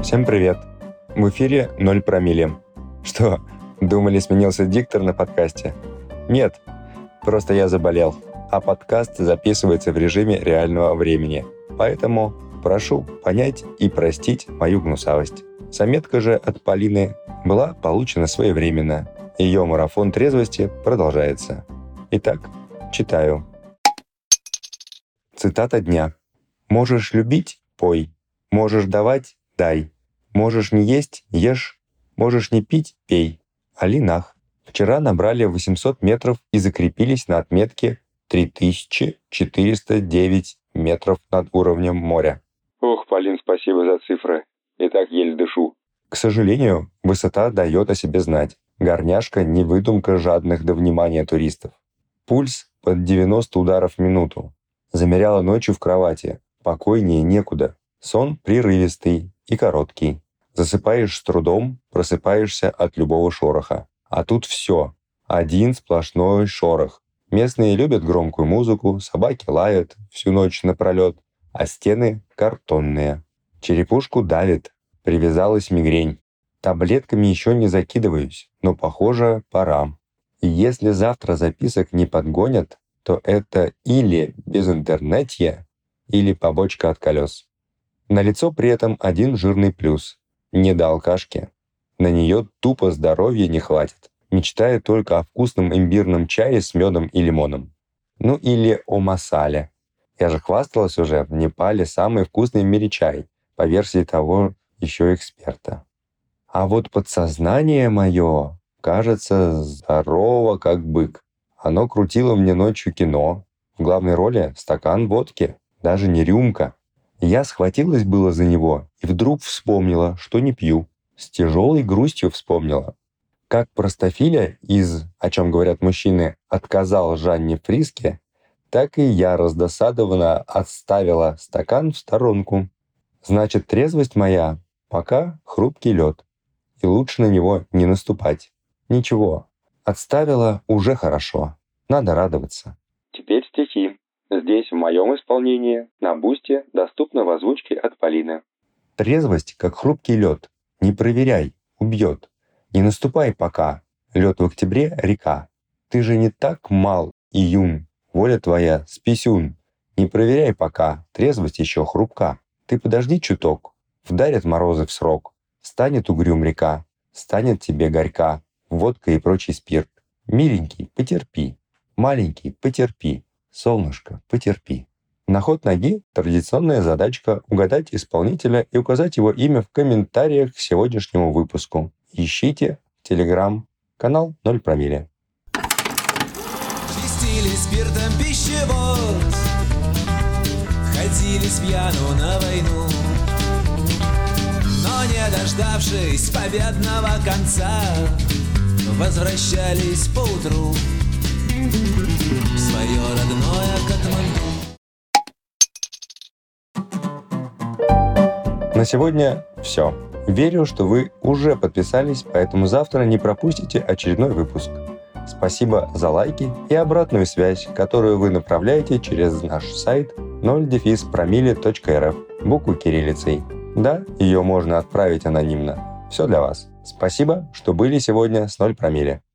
Всем привет! В эфире 0 промилле. Что, думали, сменился диктор на подкасте? Нет, просто я заболел, а подкаст записывается в режиме реального времени. Поэтому прошу понять и простить мою гнусавость. Заметка же от Полины была получена своевременно. Ее марафон трезвости продолжается. Итак, читаю. Цитата дня. «Можешь любить – пой. Можешь давать – дай. Можешь не есть – ешь. Можешь не пить – пей». Алинах. Вчера набрали 800 метров и закрепились на отметке 3409 метров над уровнем моря. Ох, Полин, спасибо за цифры. И так еле дышу. К сожалению, высота дает о себе знать. Горняшка не выдумка жадных до внимания туристов. Пульс под 90 ударов в минуту. Замеряла ночью в кровати. Покойнее некуда. Сон прерывистый и короткий. Засыпаешь с трудом, просыпаешься от любого шороха. А тут все. Один сплошной шорох. Местные любят громкую музыку, собаки лают всю ночь напролет, а стены картонные. Черепушку давит. Привязалась мигрень. Таблетками еще не закидываюсь, но, похоже, пора. И если завтра записок не подгонят, то это или безинтернетье, или побочка от колес. Налицо при этом один жирный плюс. Не до алкашки. На нее тупо здоровья не хватит. Мечтаю только о вкусном имбирном чае с медом и лимоном. Ну или о масале. Я же хвасталась уже, в Непале самый вкусный в мире чай, по версии того еще эксперта. А вот подсознание мое, кажется, здорово как бык. Оно крутило мне ночью кино. В главной роли стакан водки, даже не рюмка. Я схватилась было за него и вдруг вспомнила, что не пью. С тяжелой грустью вспомнила. Как простофиля из «О чем говорят мужчины» отказал Жанне Фриске, так и я раздосадованно отставила стакан в сторонку. Значит, трезвость моя пока хрупкий лед, и лучше на него не наступать. Ничего, отставила уже хорошо, надо радоваться. Теперь стихи. Здесь в моем исполнении на Бусте доступны в озвучке от Полины. Трезвость, как хрупкий лед, не проверяй, убьет. Не наступай пока, лед в октябре — река. Ты же не так мал и юн, воля твоя с писюн. Не проверяй пока, трезвость еще хрупка. Ты подожди чуток, вдарят морозы в срок. Станет угрюм река, станет тебе горька, водка и прочий спирт. Миленький, потерпи, маленький, потерпи, солнышко, потерпи. На ход ноги традиционная задачка угадать исполнителя и указать его имя в комментариях к сегодняшнему выпуску. Ищите телеграм-канал 0 промилле. Чистили спиртом пищевод, ходили с пьяну на войну, но не дождавшись победного конца, возвращались поутру в свое родное Катманду. На сегодня все. Верю, что вы уже подписались, поэтому завтра не пропустите очередной выпуск. Спасибо за лайки и обратную связь, которую вы направляете через наш сайт 0-промилле.рф, букву кириллицей. Да, ее можно отправить анонимно. Все для вас. Спасибо, что были сегодня с 0 промилле.